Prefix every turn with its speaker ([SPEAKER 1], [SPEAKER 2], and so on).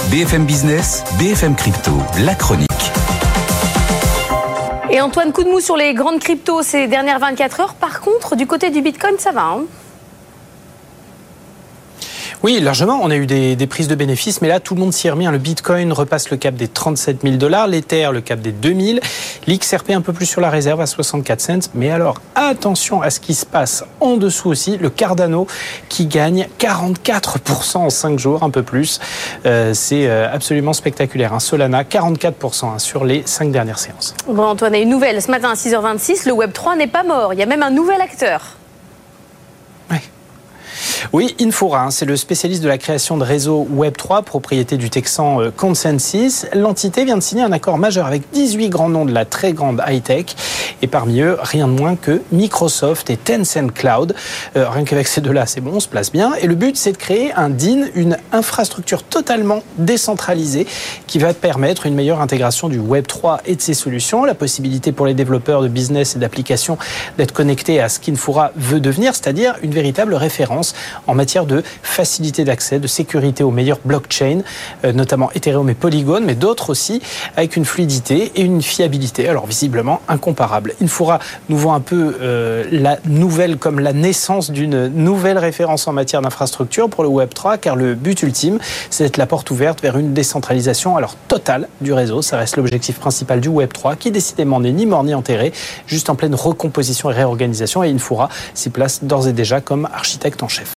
[SPEAKER 1] BFM Business, BFM Crypto, la chronique.
[SPEAKER 2] Et Antoine, coup de mou sur les grandes cryptos ces dernières 24 heures. Par contre, du côté du Bitcoin, ça va, hein ?
[SPEAKER 3] Oui, largement. On a eu des prises de bénéfices, mais là, tout le monde s'y est remis. Le Bitcoin repasse le cap des 37 000 $, l'Ether le cap des 2 000, l'XRP un peu plus sur la réserve à 64 cents. Mais alors, attention à ce qui se passe en dessous aussi. Le Cardano qui gagne 44% en 5 jours, un peu plus. C'est absolument spectaculaire. Solana, 44% sur les 5 dernières séances.
[SPEAKER 2] Bon, Antoine, a une nouvelle. Ce matin à 6h26, le Web3 n'est pas mort. Il y a même un nouvel acteur.
[SPEAKER 3] Oui, Infura, c'est le spécialiste de la création de réseaux Web3, propriété du Texan ConsenSys. L'entité vient de signer un accord majeur avec 18 grands noms de la très grande high-tech. Et parmi eux, rien de moins que Microsoft et Tencent Cloud. Rien qu'avec ces deux-là, c'est bon, on se place bien. Et le but, c'est de créer un DIN, une infrastructure totalement décentralisée qui va permettre une meilleure intégration du Web3 et de ses solutions. La possibilité pour les développeurs de business et d'applications d'être connectés à ce qu'Infura veut devenir, c'est-à-dire une véritable référence en matière de facilité d'accès, de sécurité aux meilleures blockchains, notamment Ethereum et Polygon, mais d'autres aussi, avec une fluidité et une fiabilité, alors visiblement incomparable. Infura nous vend un peu la nouvelle comme la naissance d'une nouvelle référence en matière d'infrastructure pour le Web3, car le but ultime, c'est d'être la porte ouverte vers une décentralisation alors totale du réseau. Ça reste l'objectif principal du Web3, qui décidément n'est ni mort ni enterré, juste en pleine recomposition et réorganisation, et Infura s'y place d'ores et déjà comme architecte en chef.